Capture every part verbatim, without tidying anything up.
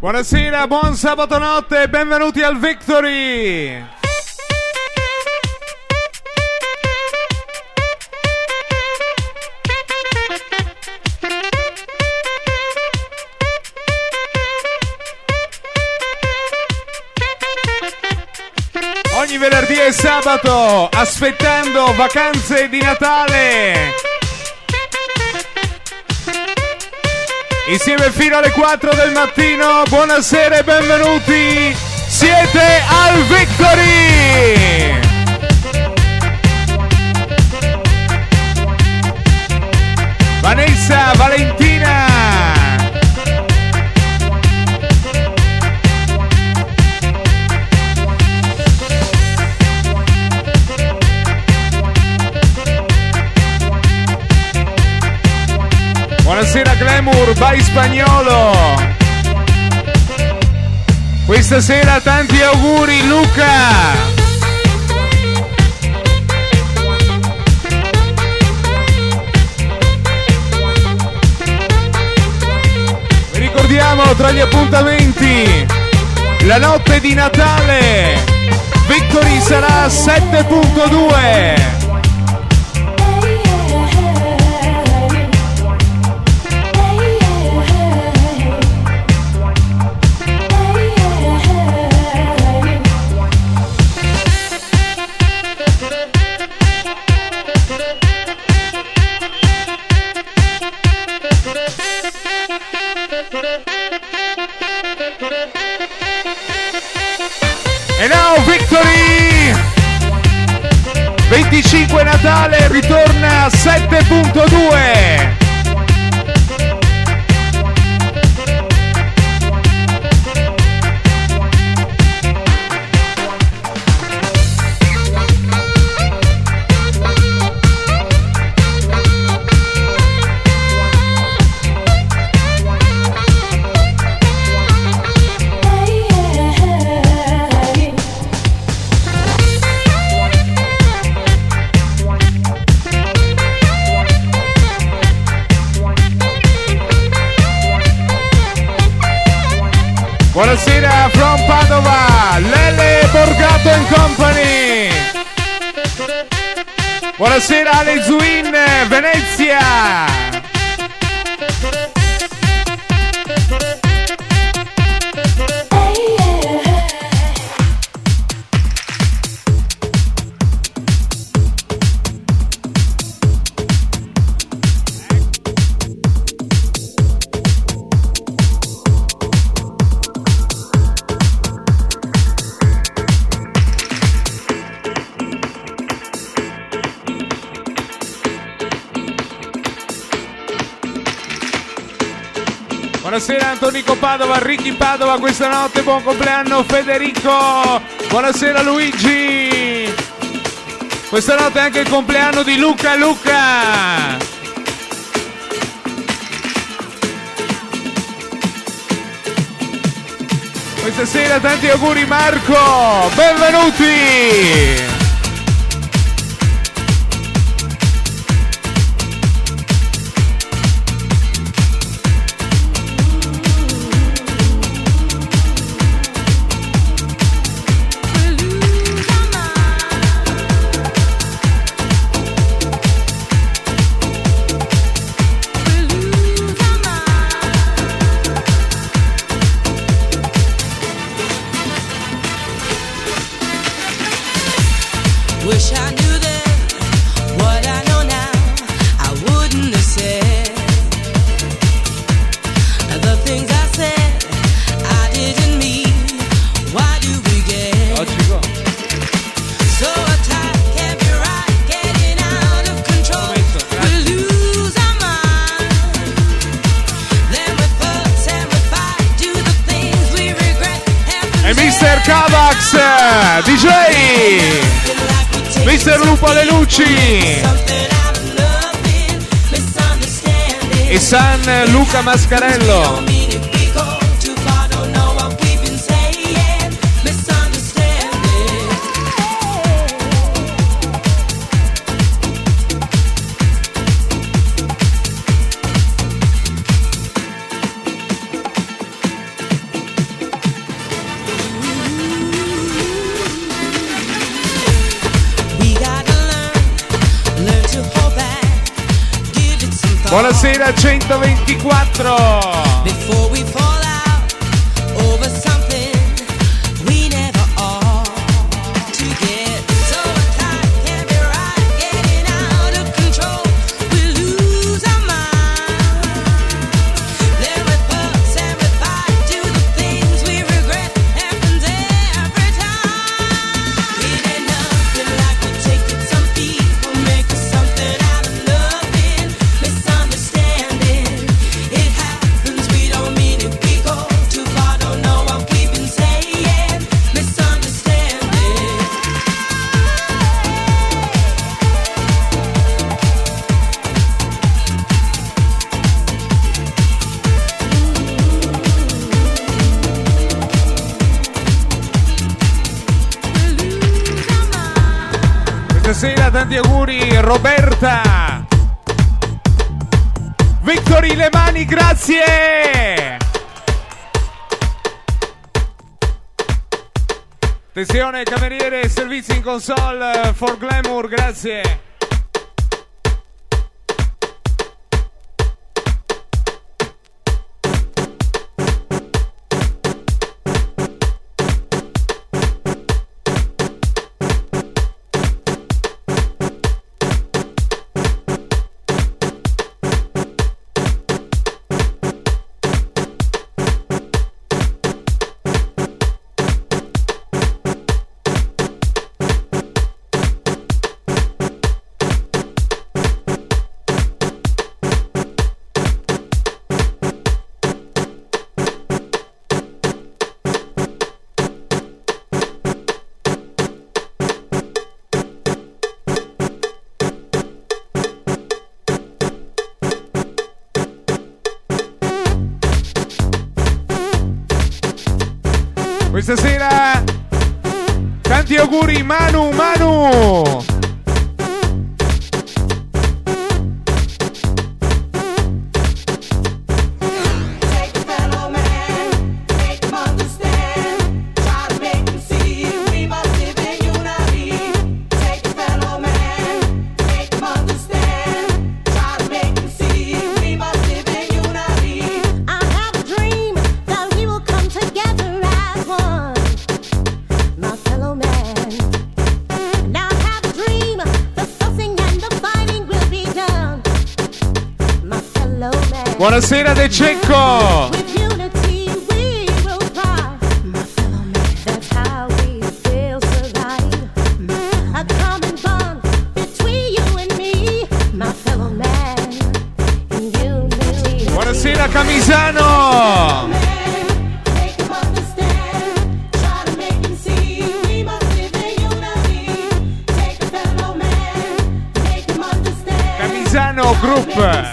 Buonasera, buon sabato notte e benvenuti al Victory! Ogni venerdì e sabato, aspettando vacanze di Natale! Insieme fino alle quattro del mattino, buonasera e benvenuti, siete al Victory! Vanessa, Valentina! Buonasera Glamour, by Spagnolo. Questa sera tanti auguri Luca. Vi ricordiamo tra gli appuntamenti la notte di Natale. Victory sarà sette punto due. E now Victory venticinque Natale ritorna a sette punto due. Buonasera from Padova, Lele Borgato and Company. Buonasera Ale Zuin, Venezia. Buonasera Antonico Padova, Ricky Padova questa notte, buon compleanno Federico, buonasera Luigi, questa notte è anche il compleanno di Luca Luca. Questa sera tanti auguri Marco, benvenuti! Wish I knew then what I know now, I wouldn't have said the things I said, I didn't mean. Why do we get so attached? Can't be right, getting out of control. We lose our mind, then we fuss and we fight, do the things we regret. E mister Cavax, D J mister Lupo alle luci e San Luca Mascarello. Buonasera centoventiquattro. Before we fall out over something we never ought to get so tight, can't be right, getting out of control, we lose our mind. Then we fuss and we fight, do the things we regret, happens every time. It ain't nothing like we take it, some people make us something out of nothing. Misunderstanding, it happens, we don't mean it, we go too far, don't know what we've been saying. Misunderstanding. Questa sera tanti auguri Roberta. Victory, le mani, grazie. Attenzione cameriere, servizi in console for Glamour, grazie. Questa sera tanti auguri Manu, Manu. Buonasera De Cecco. Buonasera Camisano. Camisano Group.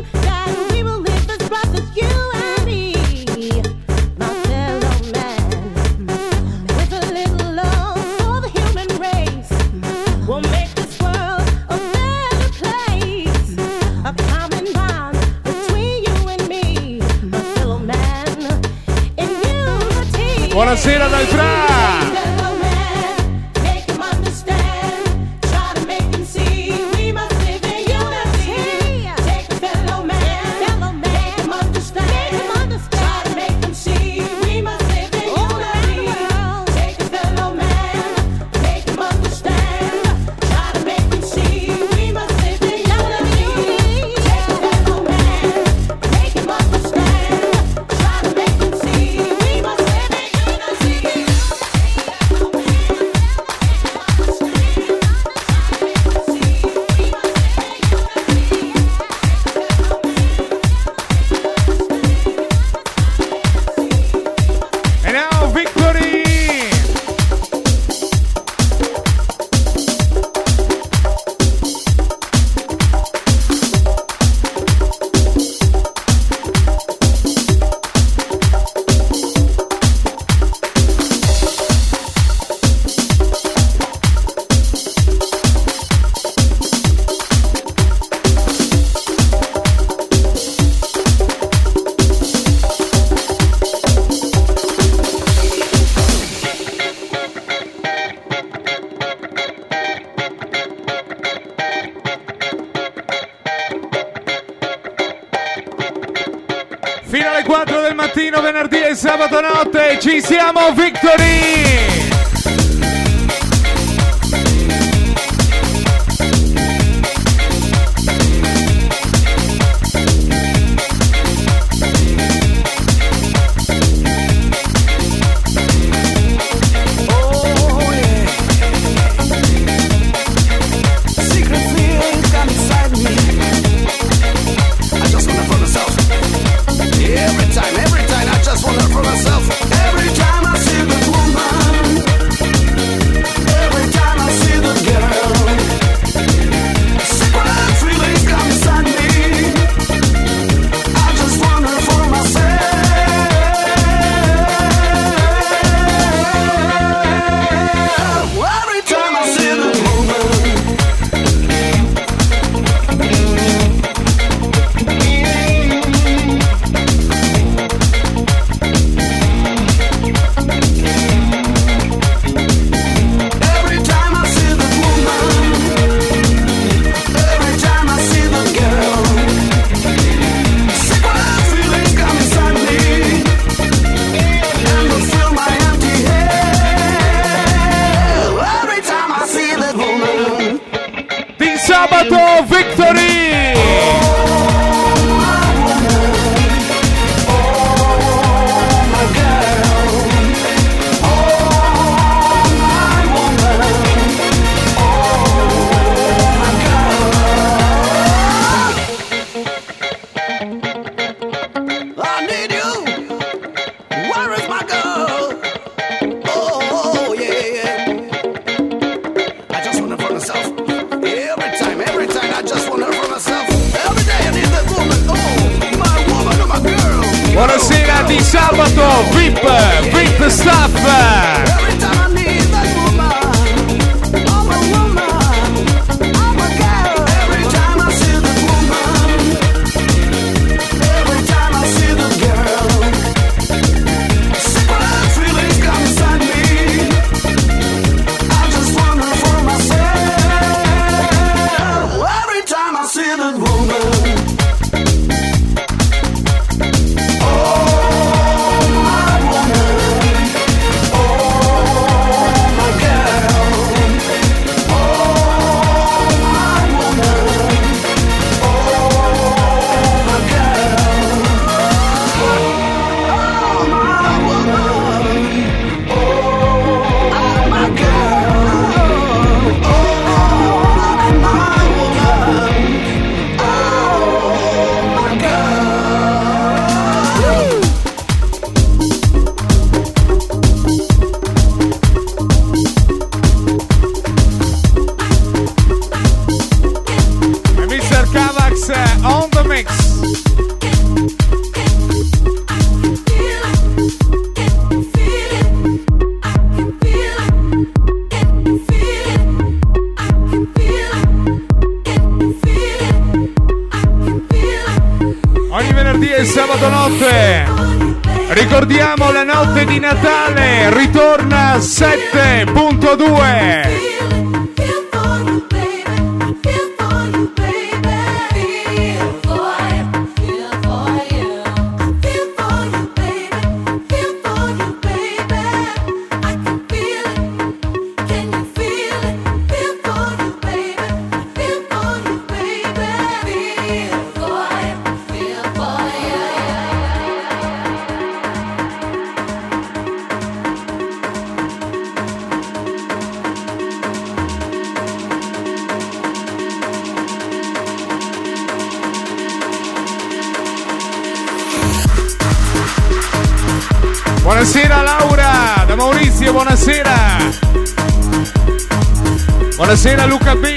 Man. Fino alle quattro del mattino, venerdì e sabato notte, ci siamo, Victory! Sabato Victory! Buonasera di sabato, V I P, V I P Staff. On the mix. Ogni venerdì e sabato notte ricordiamo la notte di Natale, ritorna sette punto due. Buonasera Laura, da Maurizio, buonasera. Buonasera Luca B.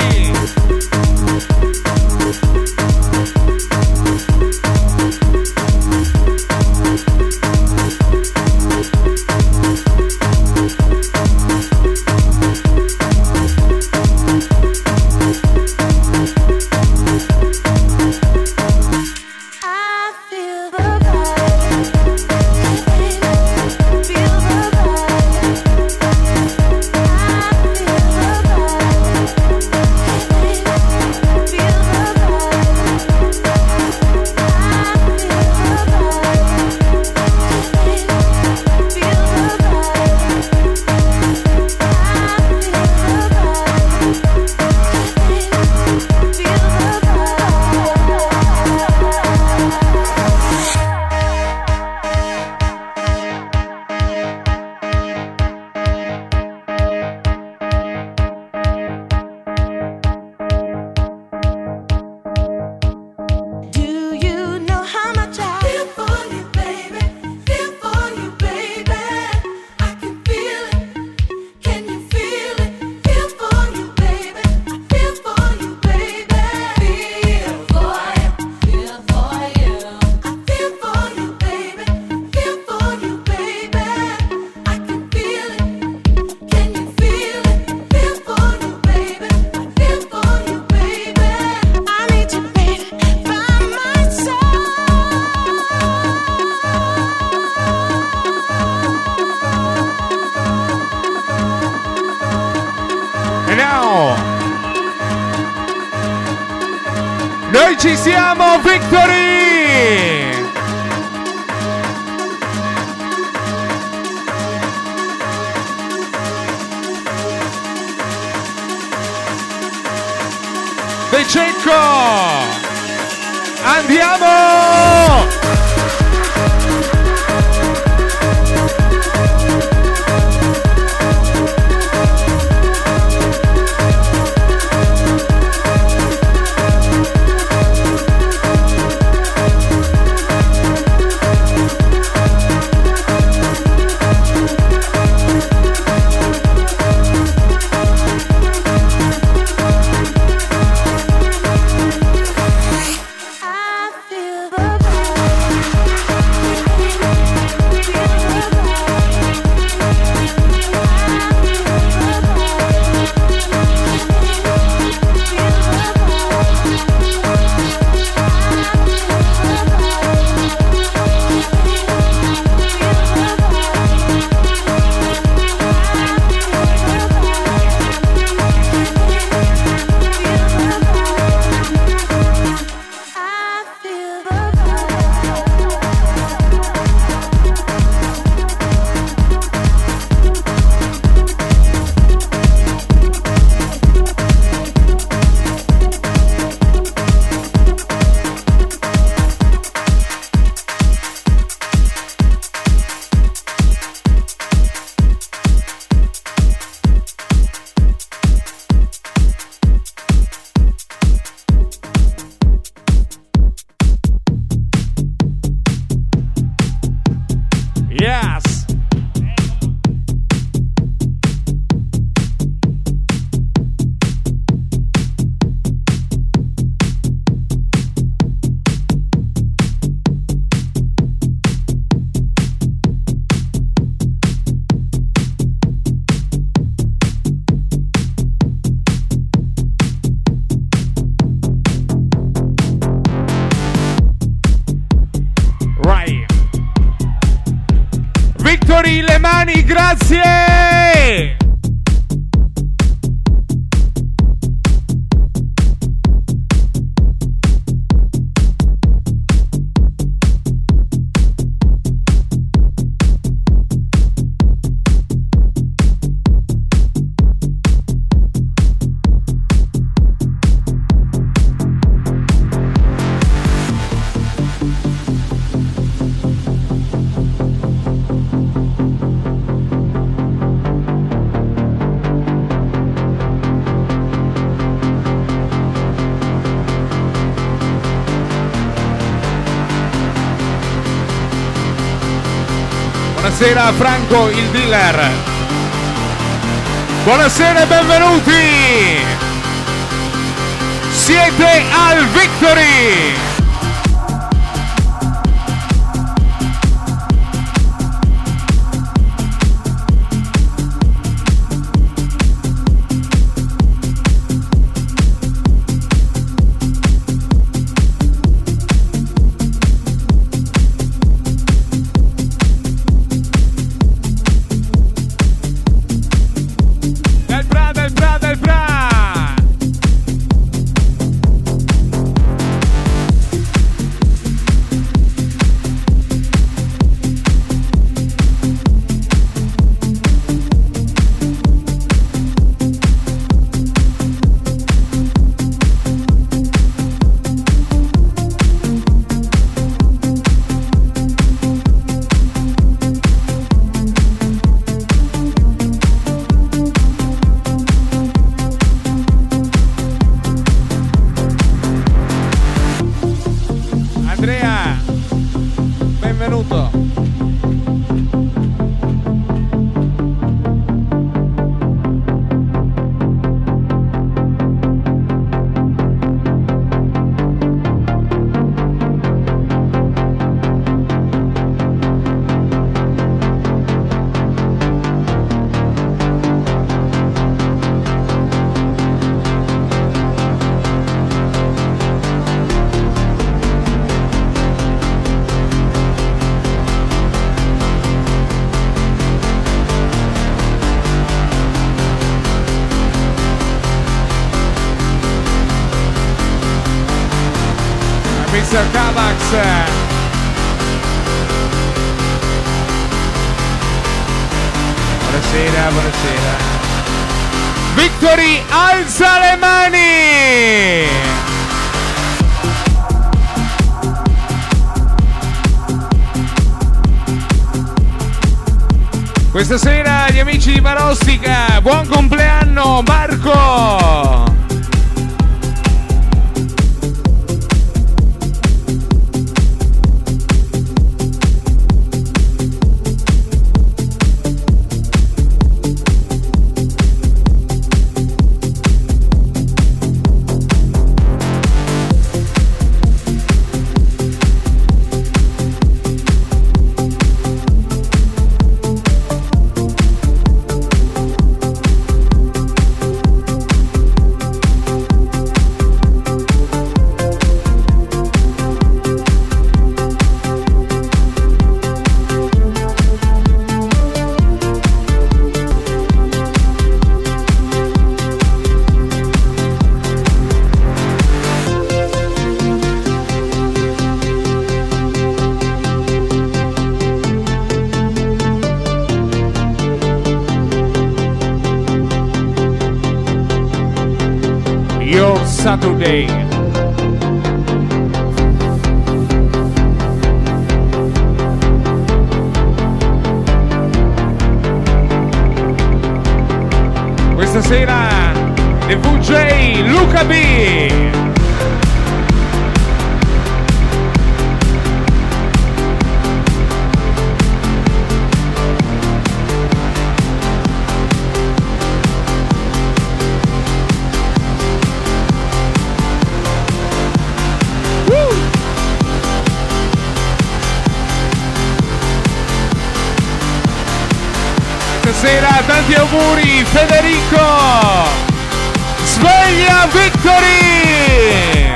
Noi ci siamo, Victory! De Cecco! Andiamo! Le mani, grazie! Buonasera Franco il dealer. Buonasera e benvenuti. Siete al Victory. Cavax. Buonasera, buonasera. Victory, alza le mani! Questa sera gli amici di Marostica, buon compleanno Marco! Saturday. Questa sera The V J Luca B. Stasera tanti auguri Federico, sveglia Victory!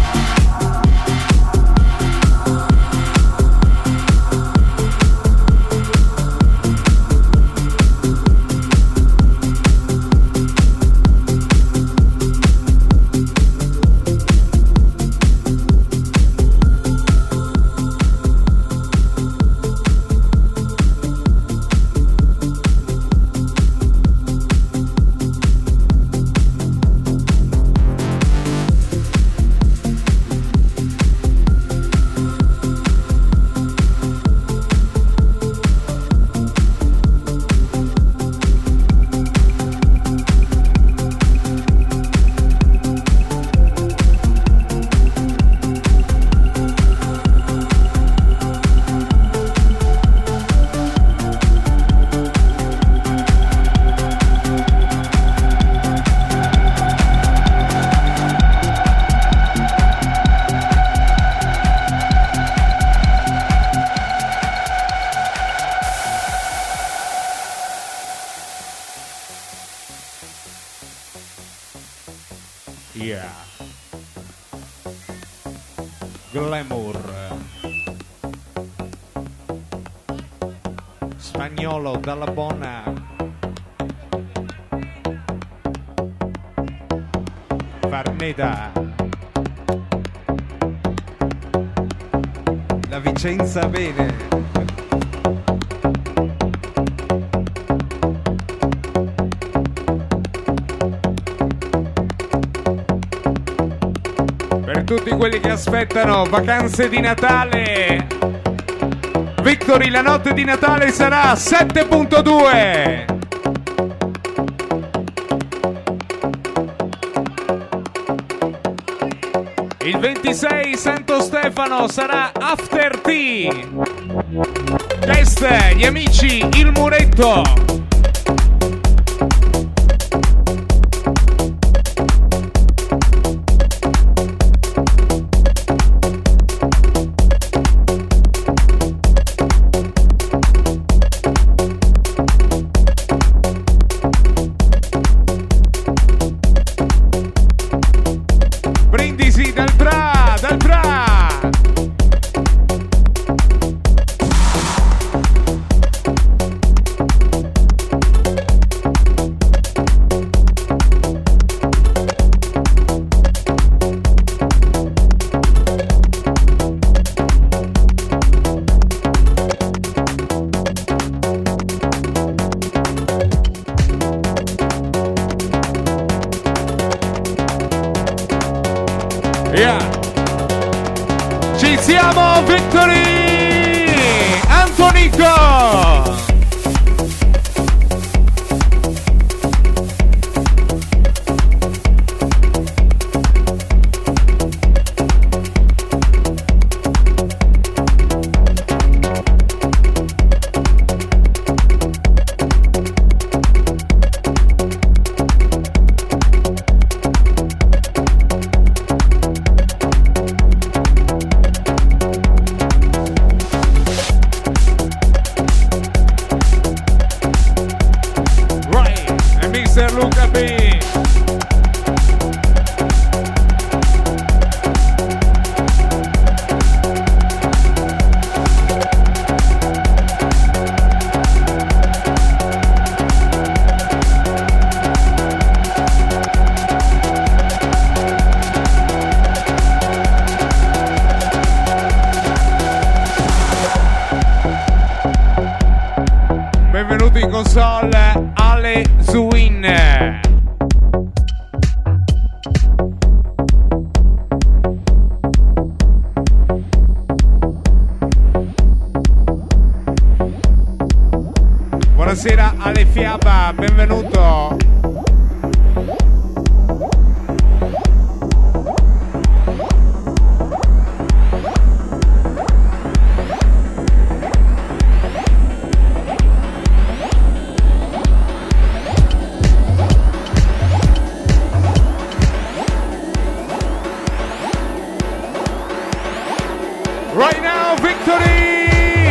Yeah. Glamour. Spagnolo dalla Bona. Farneta. La Vicenza bene. Tutti quelli che aspettano vacanze di Natale, Victory, la notte di Natale sarà sette punto due. Il ventisei Santo Stefano sarà After Tea. Guest, gli amici Il Muretto. Yeah. Ci siamo, Victory! Antonico! Luca B. Benvenuto in console Ale Zuin. Buonasera Ale Fiaba, benvenuto. Right now, Victory!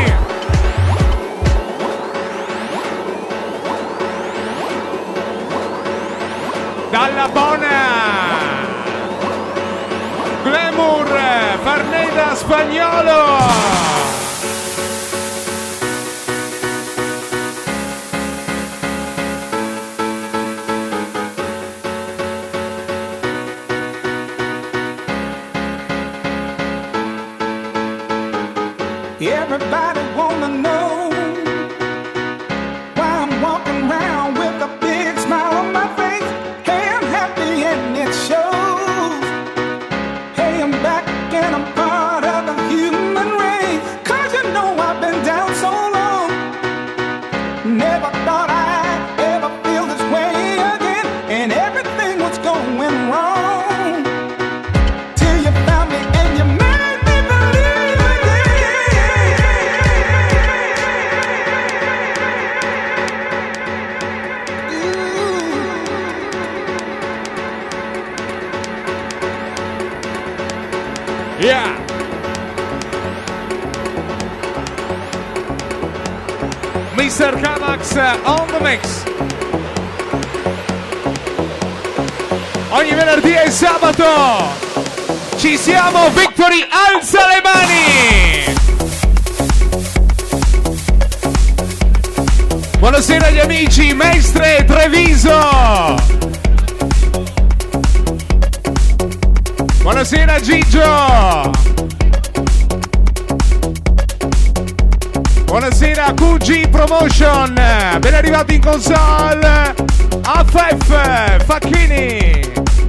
Dalla Bona! Glamour! Farneda Spagnolo! Everybody wanna know why I'm walking around with a big smile on my face. Hey, I'm happy and it shows. Hey, I'm back and I'm part of the human race. Cause you know I've been down so long. Never thought I'd ever feel this way again. And everything was going wrong till you found me and you made me believe again. Yeah! mister Kamax on the mix. Ogni venerdì e sabato ci siamo, Victory, alza le mani! Buonasera agli amici, Mestre Treviso! Buonasera Gigio! Buonasera Q G Promotion! Ben arrivati in console! A F F Facchini!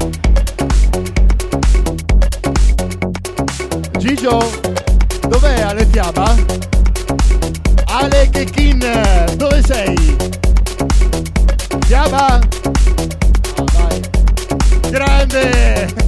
Gigio, dov'è Ale Fiaba? Ale Chechin, dove sei? Fiaba? Ah, vai. Grande!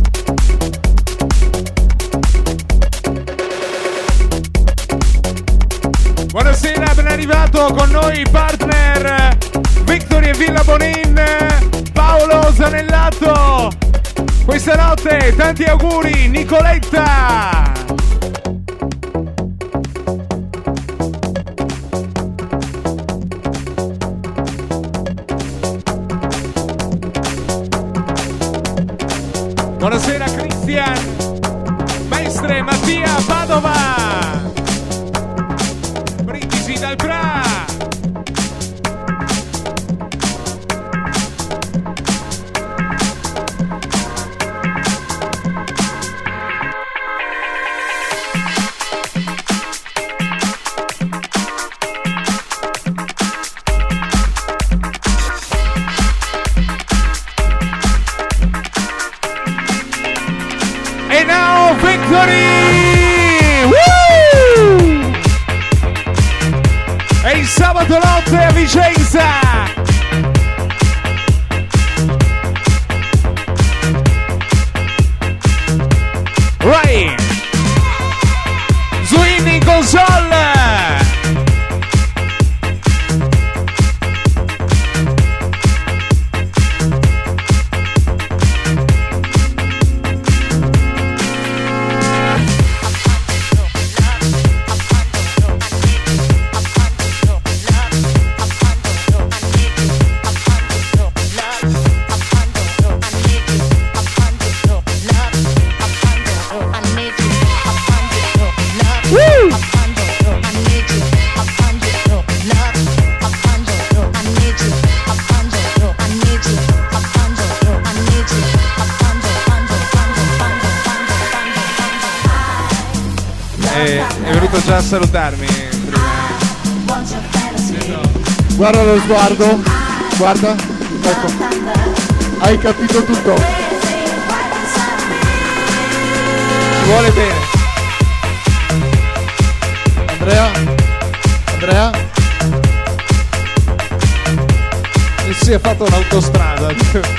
Buonasera, ben arrivato con noi partner Victory e Villa Bonin, Paolo Zanellato. Questa notte tanti auguri, Nicoletta. Buonasera Cristian, Mestre Mattia Padova. Brindisi dal Bra. E now siamo Victory! Woo! È il sabato notte a Vicenza! Right! Swing in console! È venuto già a salutarmi. Guarda lo sguardo, guarda, ecco, hai capito tutto. Ci vuole bene. Andrea, Andrea, E si è fatto un'autostrada.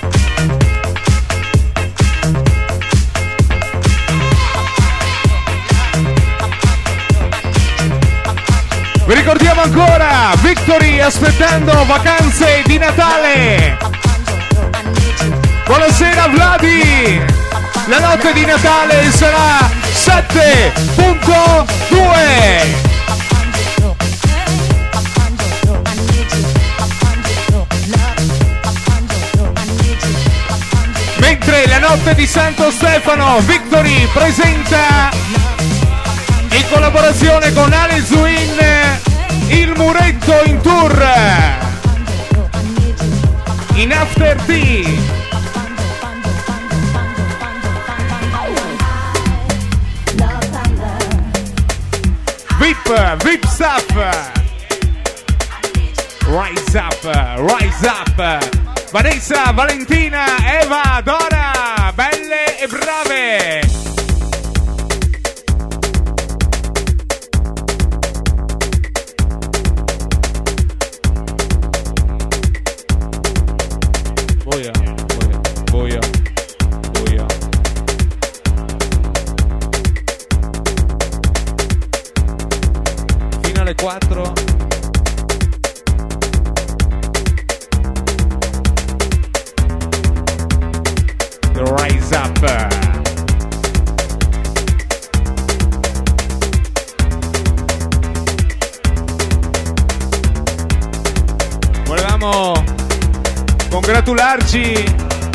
Vi ricordiamo ancora Victory aspettando vacanze di Natale. Buonasera Vladi. La notte di Natale sarà sette punto due. Mentre la notte di Santo Stefano Victory presenta in collaborazione con Ale Zwin il Muretto in tour in After Tea. Vip, Vip Stuff. Rise up, rise up. Vanessa, Valentina, Eva, Dora, belle e brave. Boia, boia, boia. Fino alle quattro. Rise up. Volevamo congratularci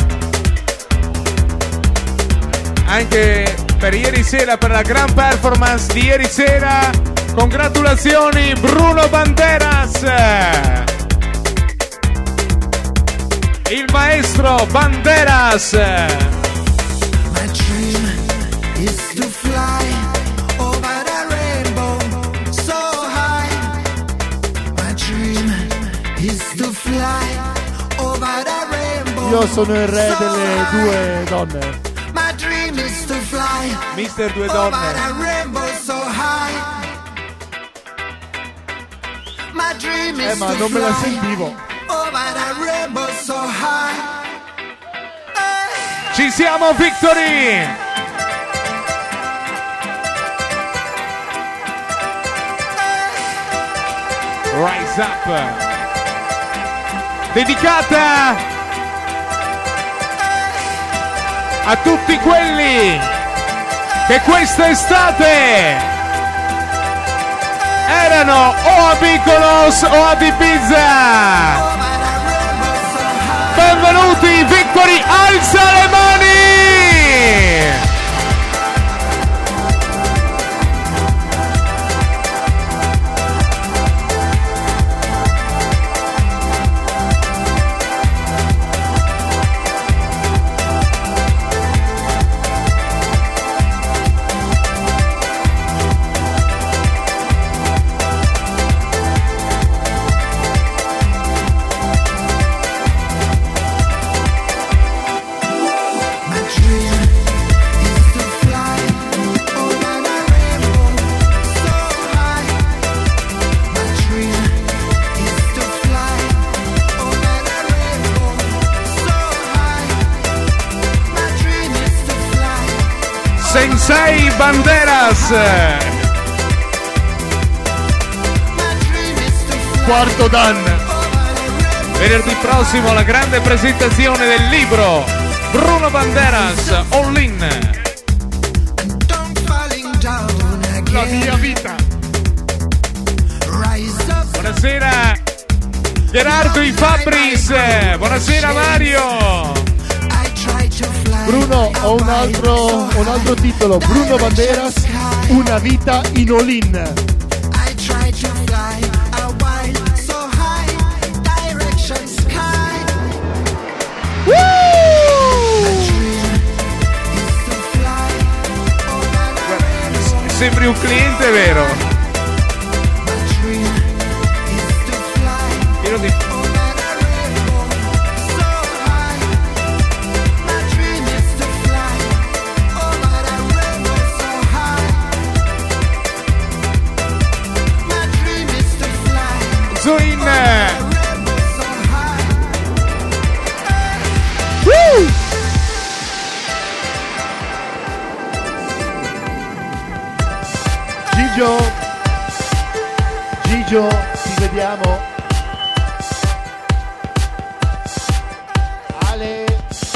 anche per ieri sera, per la gran performance di ieri sera. Congratulazioni Bruno Banderas, il maestro Banderas. My dream is to fly over the rainbow so high. My dream is to fly over the rainbow. io sono il re delle due donne. My dream is to fly Mister Due over Donne. the rainbow so high. My dream is Eh, ma to non me la fly sentivo. over the rainbow so high. Ci siamo Victory. Rise up. Dedicata a tutti quelli che quest'estate erano o a Mykonos o ad Ibiza. Benvenuti Victory, alza le mani! Sensei Banderas. Quarto Dan. Venerdì prossimo la grande presentazione del libro Bruno Banderas, All In. La mia vita. Buonasera Gerardo I Fabris. Buonasera Mario. Bruno, ho un altro, un altro titolo. Bruno Banderas, una vita in all-in. Sembri un cliente vero. Pieno di... Zoin. Woo! Gigio, Gigio, ci vediamo. Ale.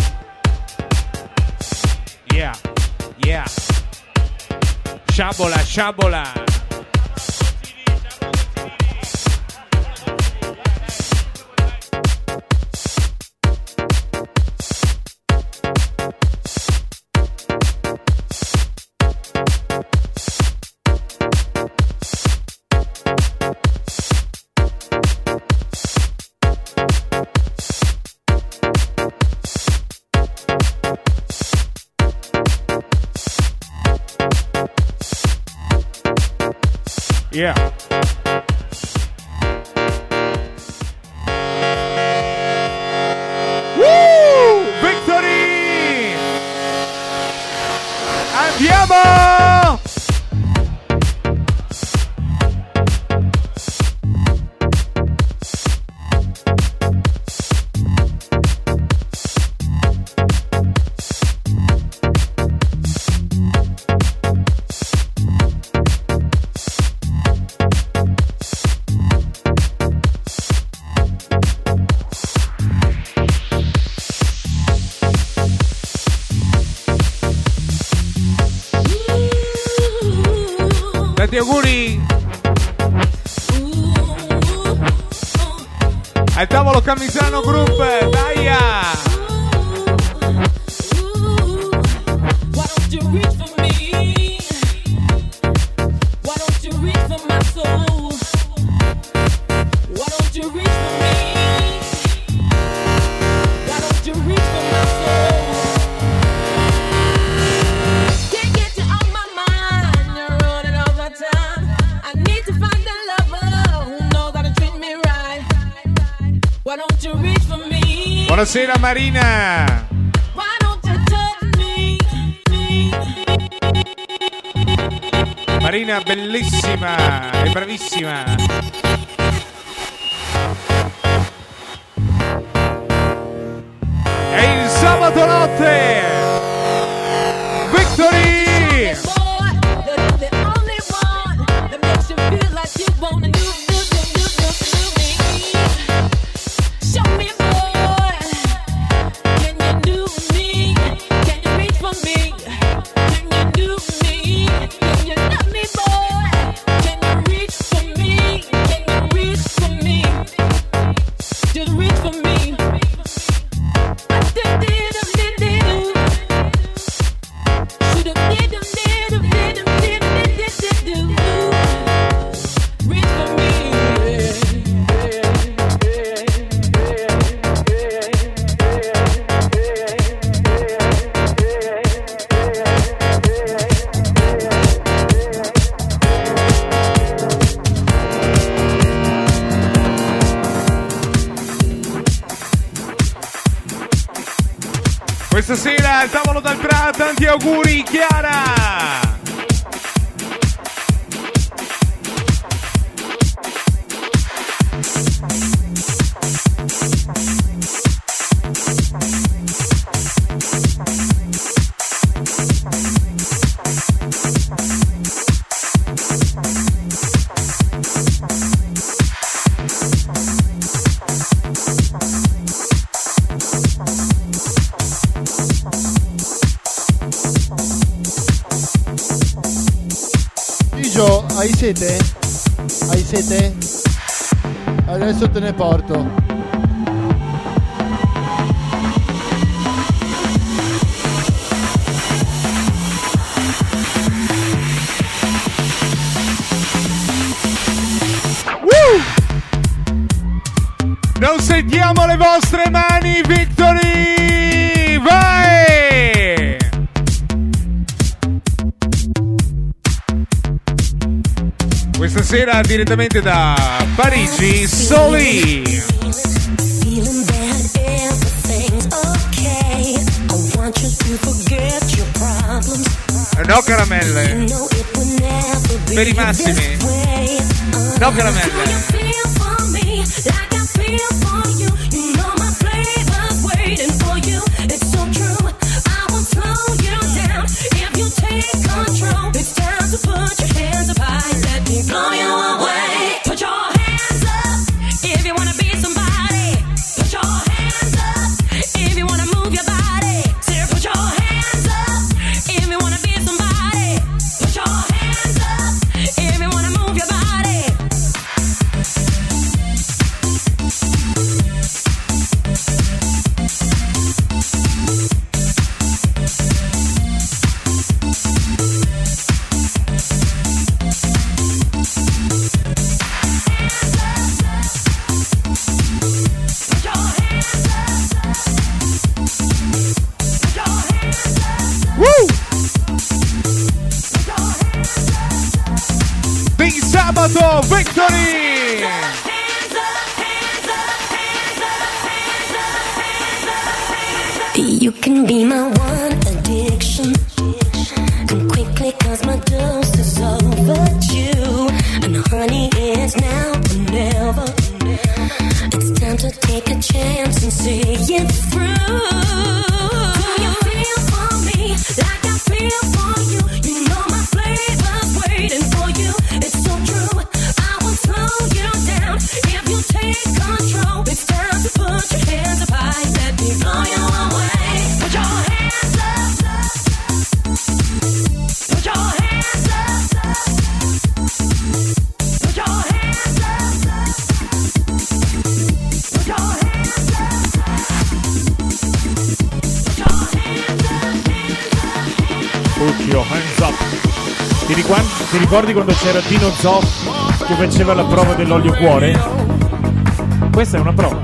Yeah, yeah. Sciabola, sciabola. Yeah. Woo! Victory! Andiamo! Tanti auguri al tavolo Camisano Group, Daia. Buonasera Marina. Marina bellissima e bravissima. È il sabato notte. Victory! Questa sera al tavolo dal Pra, tanti auguri Chiara! Giorgio, hai sete? Hai sete? Adesso te ne porto. Non sentiamo le vostre mani, Victory! Vai! Questa sera direttamente da Parigi, Soli. Feeling that everything's okay. I want you to forget your problems. No caramelle. You know it will never be Per i massimi. this way. No caramelle. Sabato, Victory! You can be my one addiction. Come quickly cause my dose is overdue. And honey, it's now or never. It's time to take a chance and see it through. Do you feel for me like I feel for you? You know my flavor's waiting for you. It's so true, I won't slow you down if you take control. It's time to put your hands up high, let me blow you away. Put your hands up, put your hands up, put your hands up, put your hands up, Put your hands up. Ti ricordi, ti ricordi quando c'era Dino Zoff che faceva la prova dell'olio cuore? Questa è una prova.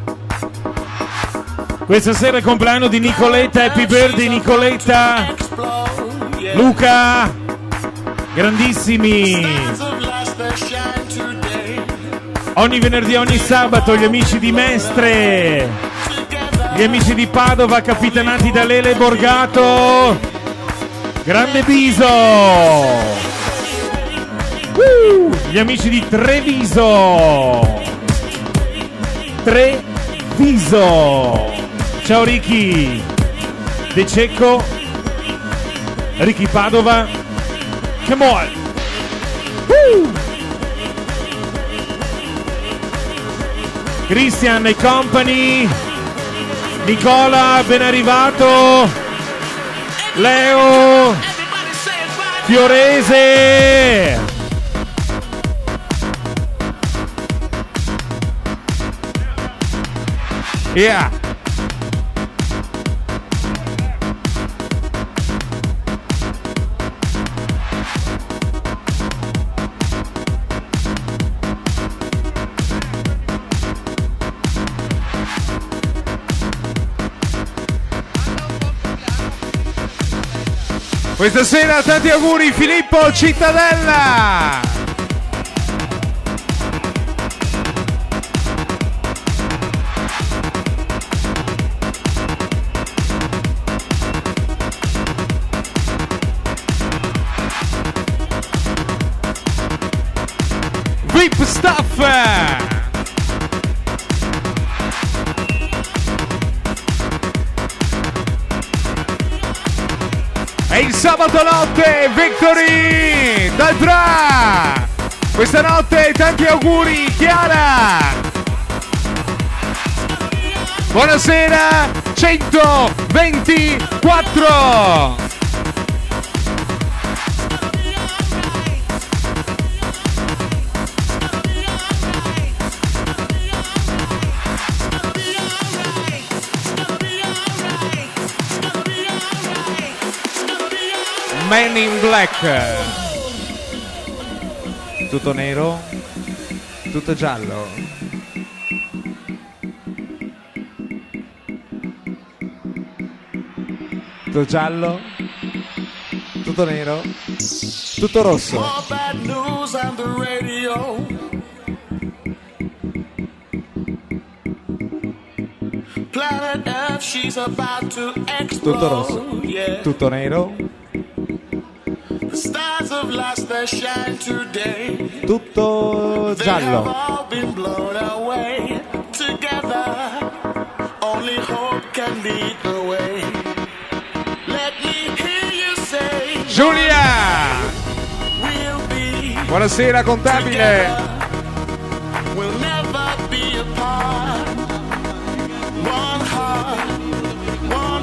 Questa sera è il compleanno di Nicoletta, happy birthday Nicoletta, Luca, grandissimi. Ogni venerdì, ogni sabato gli amici di Mestre, gli amici di Padova capitanati da Lele Borgato, grande Biso, uh, gli amici di Treviso, Treviso. Ciao Ricky De Cecco, Ricky Padova, come on. Woo! Christian e company, Nicola ben arrivato, Leo, Fiorese, yeah. Questa sera tanti auguri Filippo Cittadella. V I P Stuff. E il sabato notte Victory dal Bra. Questa notte tanti auguri Chiara. Buonasera centoventiquattro. Man in Black. Tutto nero, tutto giallo. Tutto giallo, tutto nero, tutto rosso. More bad news on the radio. Planet Earth, she's about to explode. Tutto rosso, Yeah. tutto nero, The stars of last they shine today. tutto They have giallo. all been blown away. Together, only hope can lead the way. Let me hear you say, Giulia! we'll be Buonasera contabile. We'll never be apart. One heart, one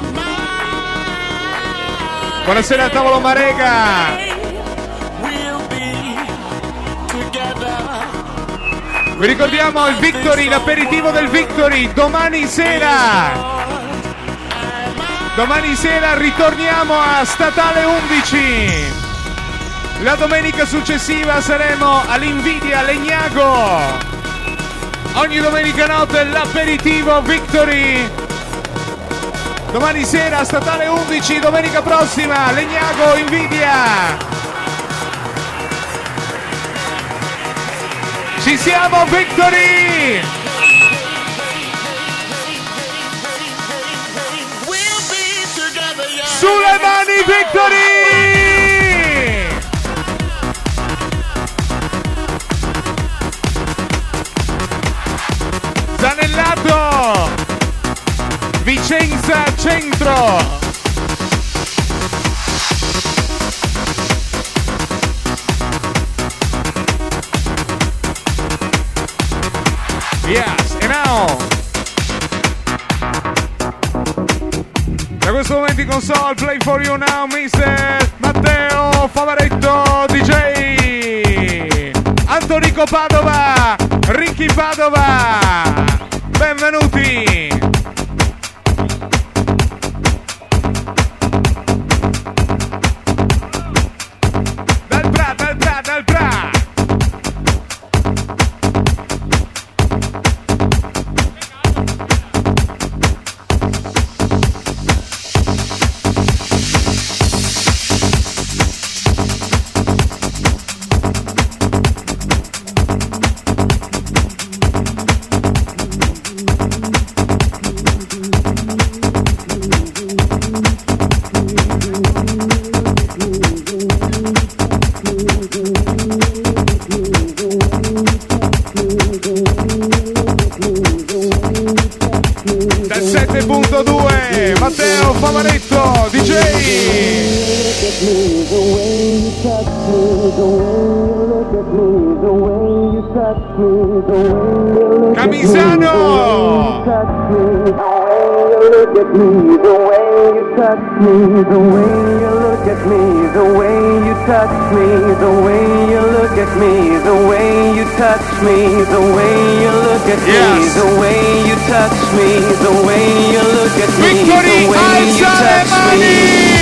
mind. Buonasera al tavolo Marega. We'll be together. Vi ricordiamo il Victory, l'aperitivo del Victory, domani sera. Domani sera ritorniamo a Statale undici. La domenica successiva saremo all'Invidia Legnago. Ogni domenica notte l'aperitivo Victory. Domani sera Statale undici, domenica prossima Legnago Invidia. Ci siamo Victory! We'll be together, yeah. Sulle mani Victory! Zanellato! Vicenza Centro! Yes, and now! Da questo momento in console, play for you now, mister Matteo Favaretto D J, Antonico Padova, Ricky Padova, benvenuti! Dal Pra, dal Pra, dal Pra! sette punto due Matteo Favaretto D J. Camisano. Look at me, the way you touch me, the way you look at me, the way you touch me, the way you look at me, the way you touch me, the way you look at me, the way you touch me, the way you look at me, the way you touch me.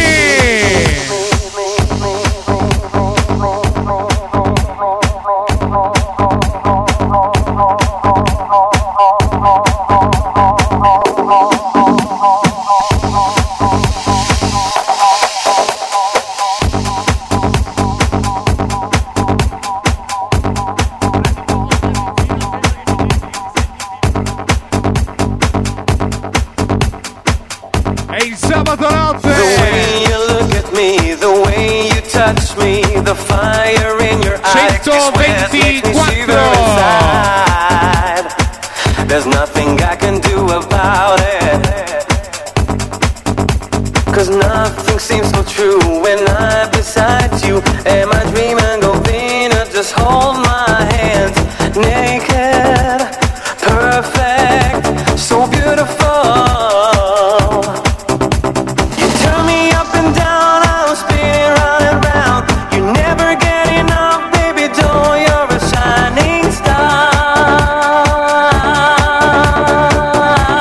È il sabato notte. The way you look at me, the way you touch me, the fire in your eyes makes me shiver inside. There's nothing I can do about it, 'cause nothing seems so true when I'm beside you. Am I dreaming, Govina? Just hold my hands, naked, perfect, so beautiful.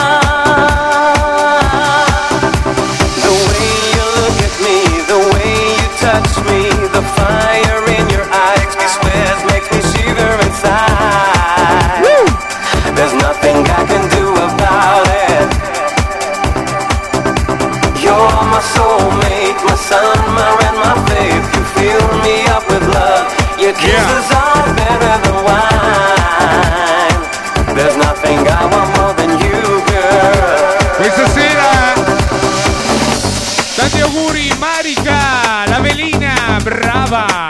The way Your kisses are better than wine. There's nothing I want more than you, girl. Questa sera tanti auguri Marica, la velina, brava.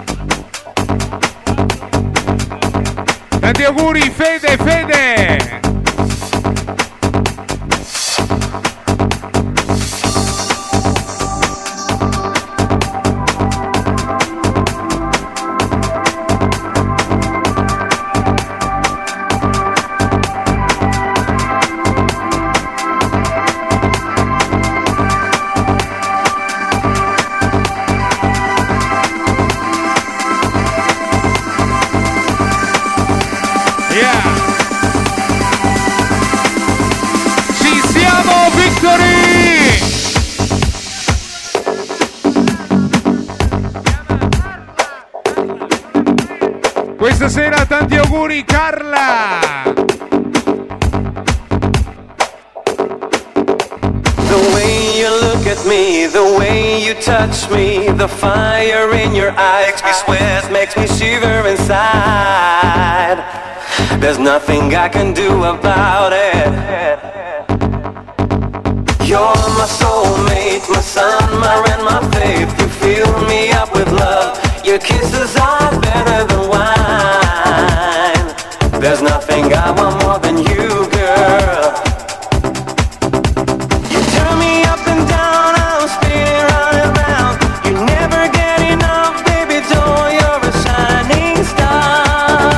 Tanti auguri Fede, Fede. Questa sera tanti auguri Carla. The way you look at me, the way you touch me, the fire in your eyes, me sweat, makes me shiver inside. There's nothing I can do about it. You're my soulmate, my sun, my rain, my faith. You fill me up with love. Your kisses are better than wine. There's nothing I want more than you, girl. You turn me up and down, I'm spinning round and round. You never get enough, baby doll, you're a shining star.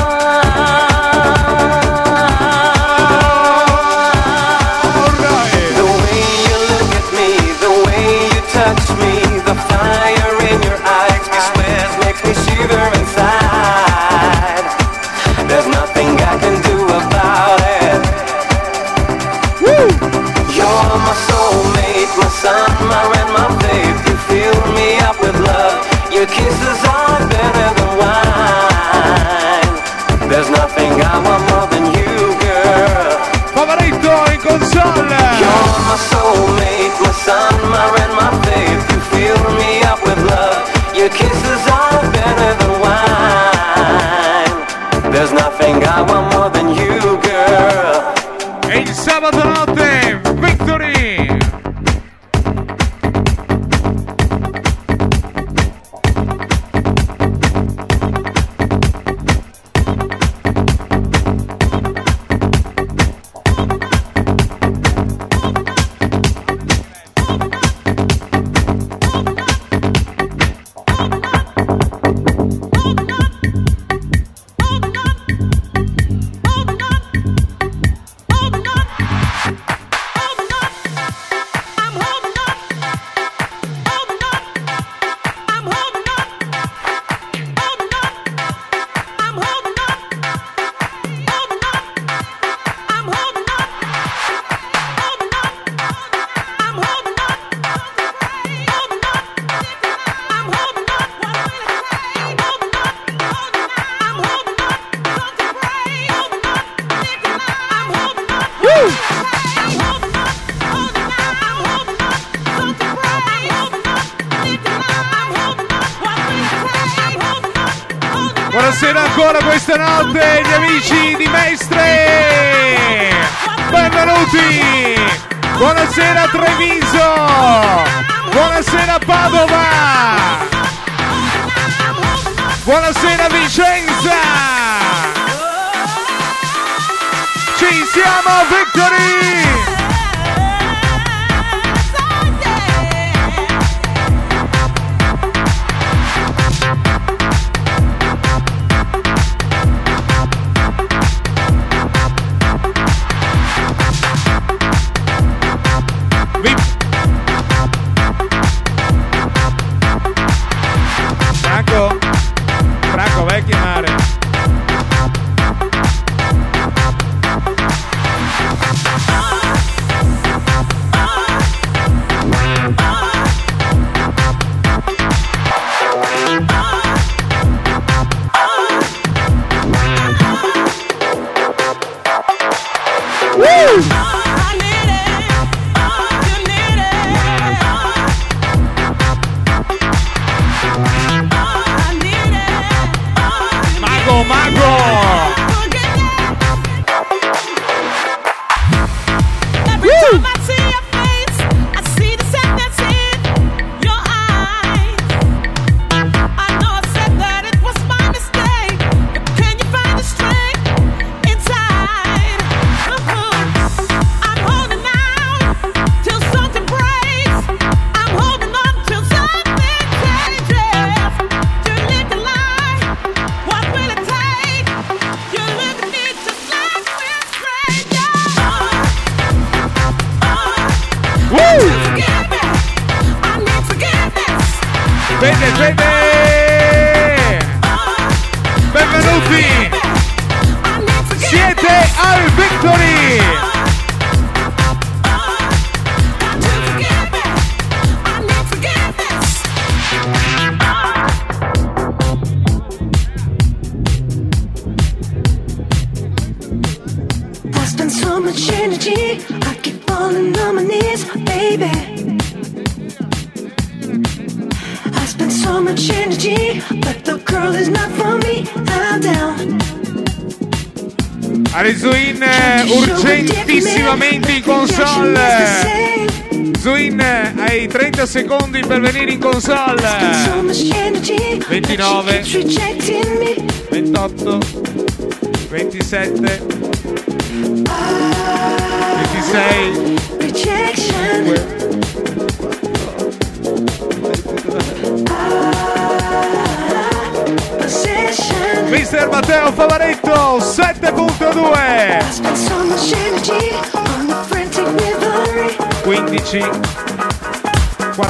Right. The way you look at me, the way you touch me, the fire in your eyes, me sweat, makes me shiver inside. There's nothing I can do about it. Woo! You're my soulmate, my sun, my rain, my faith. You fill me up with love. Your kisses are better than wine. There's nothing I want more than you, girl. Favorito in console. You're my soulmate, my sun, my rain, my faith. You fill me up with love. Your kisses are better than wine. There's nothing I want more than you, girl. E il sabato notte, Victory! Buonasera ancora questa notte gli amici di Mestre, benvenuti, buonasera Treviso, buonasera Padova, buonasera Vicenza, ci siamo Victory! Franco, Franco, vai a chiamare. Fede, Fede! Benvenuti! Siete al Victory! I spend so much energy, I keep falling on my knees, baby. I spend so much energy, but the girl is not for me. I'm down. Arizuin urgentissimamente in console. Zuin, hai trenta secondi per venire in console. ventinove, ventotto, ventisette, ventisei, mister Matteo Favaretto sette virgola due, quindici,